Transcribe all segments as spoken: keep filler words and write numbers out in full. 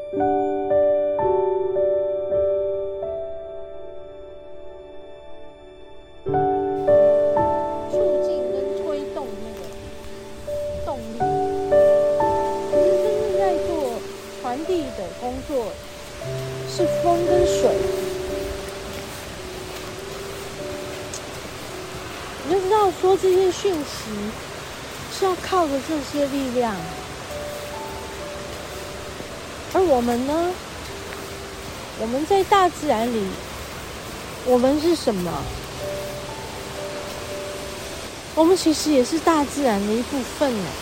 促进跟推动那个动力。其实真正在做传递的工作是风跟水。你就知道说这些讯息是要靠着这些力量，而我们呢，我们在大自然里，我们是什么？我们其实也是大自然的一部分呢。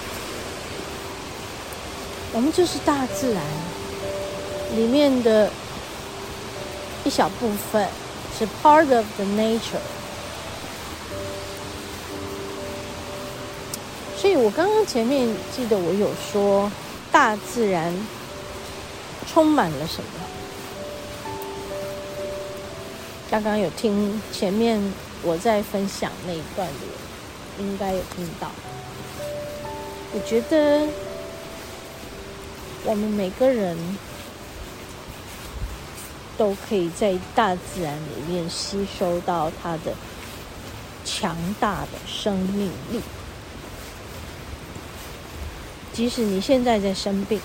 我们就是大自然里面的一小部分，是 part of the nature。所以我刚刚前面记得我有说，大自然充满了什么？刚刚有听前面我在分享那一段的，应该有听到。我觉得我们每个人都可以在大自然里面吸收到它的强大的生命力。即使你现在在生病，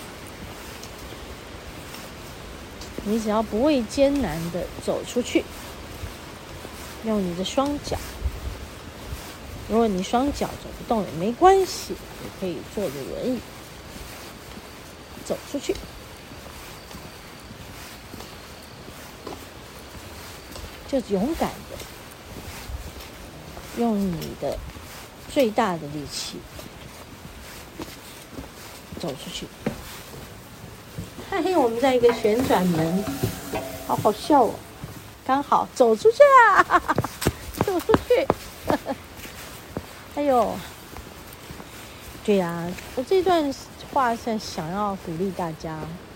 你只要不畏艰难的走出去，用你的双脚，如果你双脚走不动也没关系，你可以坐着轮椅走出去，就勇敢的用你的最大的力气走出去。嘿嘿，我们在一个旋转门，好好笑哦！刚好走出去啦，走出去。哎呦，对呀、啊，我这段话是想要鼓励大家，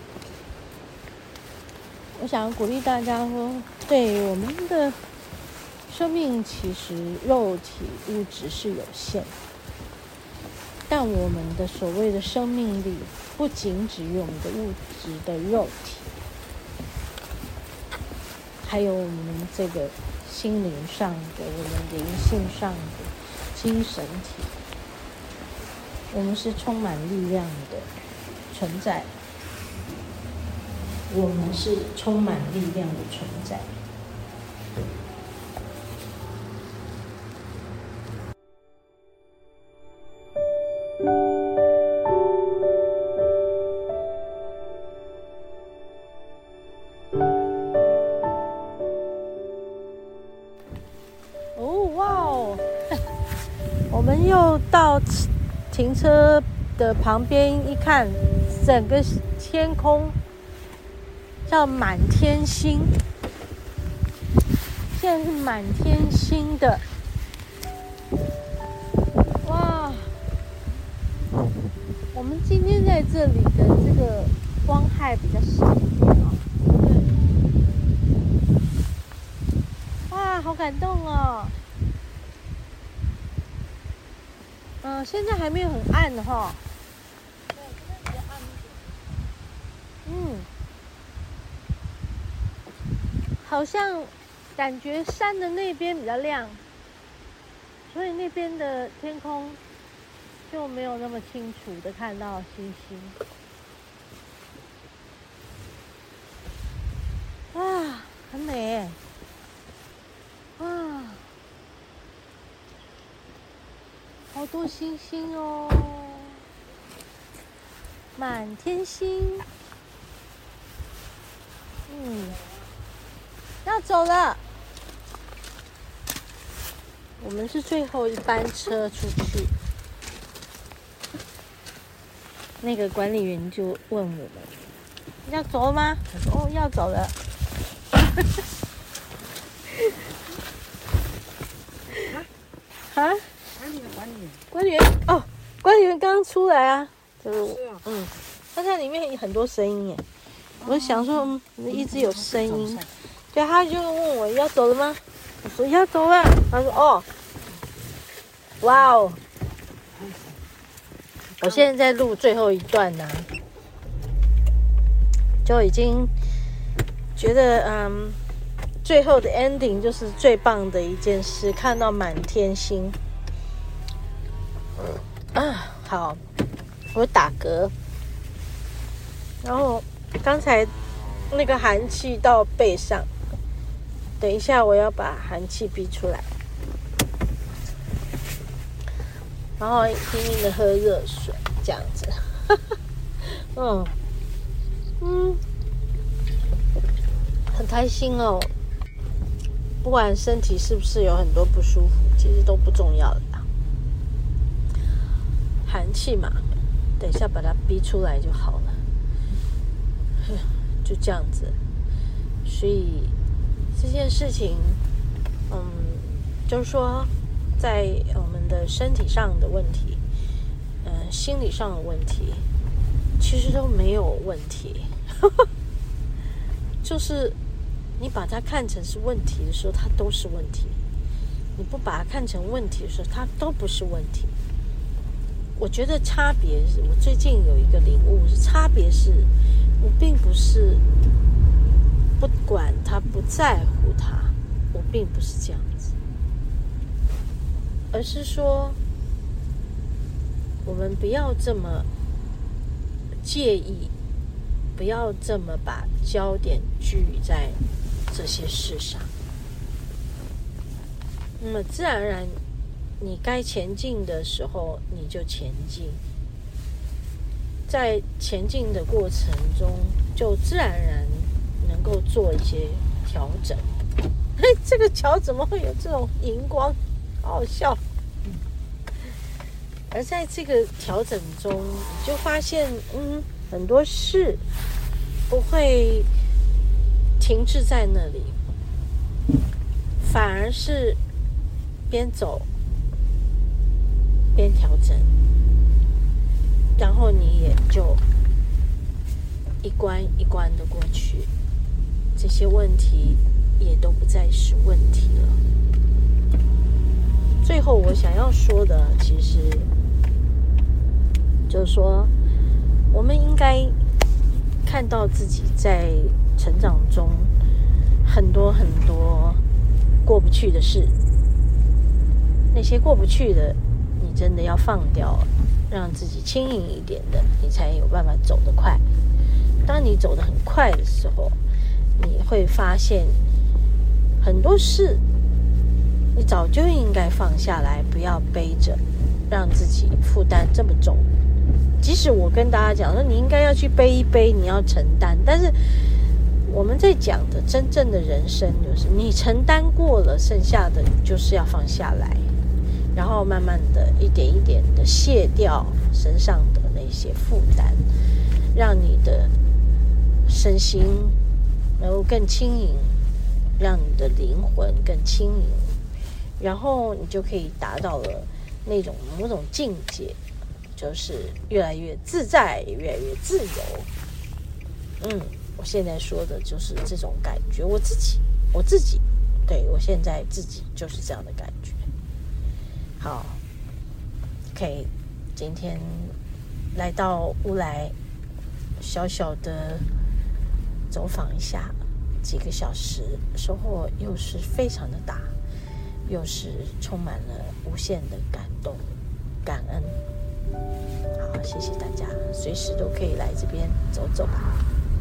我想要鼓励大家说，对我们的生命，其实肉体物质是有限的。但我们的所谓的生命力，不仅止于我们的物质的肉体，还有我们这个心灵上的、我们灵性上的精神体，我们是充满力量的存在，我们是充满力量的存在。我们又到停车的旁边一看，整个天空叫满天星，现在是满天星的，哇！我们今天在这里的这个光害比较少一点哦，哇，好感动哦！嗯，现在还没有很暗的哈。对，现在比较暗一点。嗯，好像感觉山的那边比较亮，所以那边的天空就没有那么清楚的看到星星。哇，很美耶！哇！好多星星哦，满天星。嗯，要走了。我们是最后一班车出去。那个管理员就问我们：“要走了吗？”我说：“哦，要走了。”啊？哪里的管理员？管理员哦，管理员刚刚出来啊，就是我，是啊、嗯，他在里面有很多声音耶。哦、我想说，嗯，一直有声音，对，他就问我要走了吗？我说要走了。他说哦，哇哦，我现在在录最后一段呢、啊。 就已经觉得嗯，最后的 ending 就是最棒的一件事，看到满天星啊。好，我打嗝，然后刚才那个寒气到背上，等一下我要把寒气逼出来，然后拼命的喝热水，这样子。嗯嗯，很开心哦。不管身体是不是有很多不舒服，其实都不重要的啦。寒气嘛，等一下把它逼出来就好了。就这样子。所以这件事情，嗯，就是说，在我们的身体上的问题，嗯、呃，心理上的问题，其实都没有问题。就是你把它看成是问题的时候，它都是问题；你不把它看成问题的时候，它都不是问题。我觉得差别是，我最近有一个领悟是，差别是我并不是不管他，不在乎他，我并不是这样子，而是说我们不要这么介意，不要这么把焦点聚在这些事上。那么自然而然，你该前进的时候你就前进，在前进的过程中就自然而然能够做一些调整。嘿，这个桥怎么会有这种荧光，好好笑。而在这个调整中，你就发现嗯，很多事不会停滞在那里，反而是边走边调整，然后你也就一关一关的过去，这些问题也都不再是问题了。最后我想要说的，其实就是说，我们应该看到自己在成长中很多很多过不去的事，那些过不去的你真的要放掉，让自己轻盈一点的，你才有办法走得快。当你走得很快的时候，你会发现很多事你早就应该放下来，不要背着让自己负担这么重。即使我跟大家讲说你应该要去背一背，你要承担，但是我们在讲的真正的人生就是你承担过了，剩下的你就是要放下来，然后慢慢的一点一点的卸掉身上的那些负担，让你的身心能够更轻盈，让你的灵魂更轻盈，然后你就可以达到了那种某种境界，就是越来越自在，越来越自由。嗯，我现在说的就是这种感觉，我自己我自己对我现在自己就是这样的感觉。好，可以今天来到乌来，小小的走访一下，几个小时，收获又是非常的大，又是充满了无限的感动感恩。好，谢谢大家，随时都可以来这边走走吧。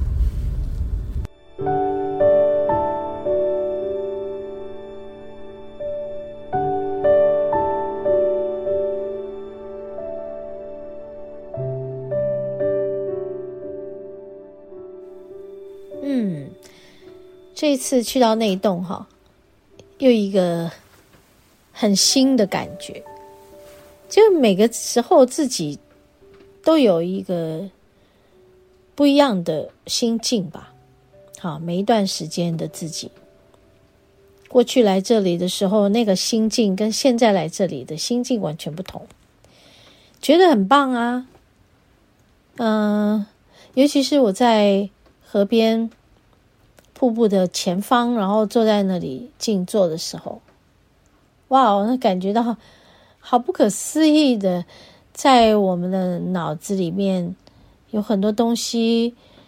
嗯，这一次去到那一栋哈，又一个很新的感觉，就每个时候自己都有一个不一样的心境吧。好，每一段时间的自己，过去来这里的时候那个心境跟现在来这里的心境完全不同，觉得很棒啊。嗯、呃，尤其是我在河边瀑布的前方，然后坐在那里静坐的时候，哇，那感觉到好不可思议的，在我们的脑子里面有很多东西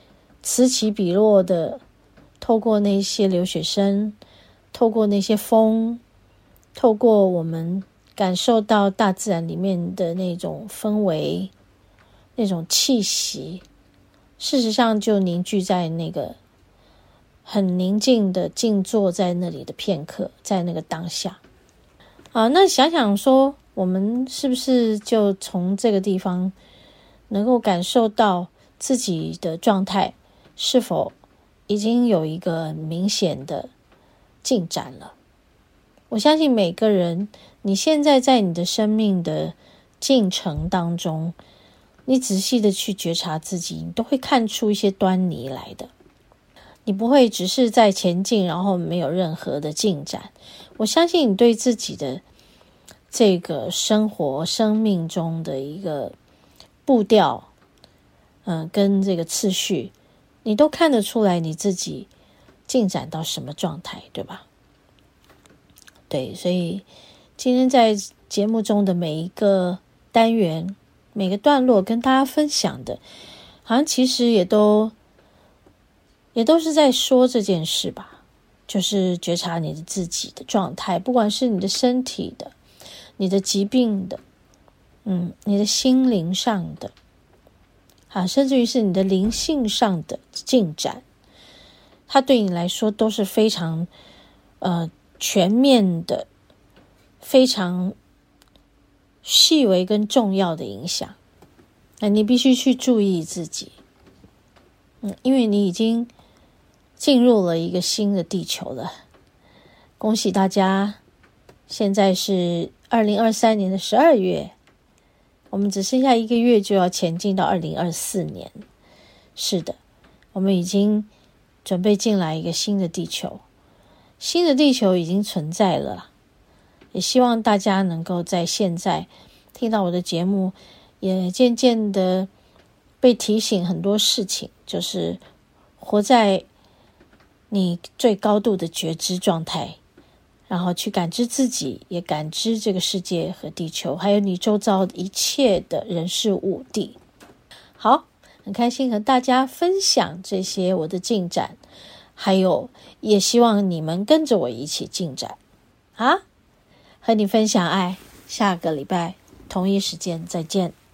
此起彼落的透过那些流水声，透过那些风，透过我们感受到大自然里面的那种氛围，那种气息，事实上就凝聚在那个很宁静的静坐在那里的片刻，在那个当下啊，那想想说我们是不是就从这个地方能够感受到自己的状态是否已经有一个明显的进展了。我相信每个人，你现在在你的生命的进程当中，你仔细的去觉察自己，你都会看出一些端倪来的。你不会只是在前进，然后没有任何的进展。我相信你对自己的这个生活生命中的一个步调，嗯、呃，跟这个次序，你都看得出来你自己进展到什么状态，对吧？对，所以今天在节目中的每一个单元，每个段落跟大家分享的，好像其实也都也都是在说这件事吧，就是觉察你的自己的状态，不管是你的身体的，你的疾病的，嗯，你的心灵上的，啊，甚至于是你的灵性上的进展，它对你来说都是非常呃全面的，非常细微跟重要的影响。那你必须去注意自己，嗯，因为你已经进入了一个新的地球了。恭喜大家，现在是二零二三年的十二月，我们只剩下一个月就要前进到二零二四年。是的，我们已经准备进来一个新的地球，新的地球已经存在了。也希望大家能够在现在听到我的节目，也渐渐的被提醒很多事情，就是活在你最高度的觉知状态，然后去感知自己，也感知这个世界和地球，还有你周遭一切的人事物地。好，很开心和大家分享这些我的进展，还有也希望你们跟着我一起进展啊！和你分享爱，下个礼拜同一时间再见。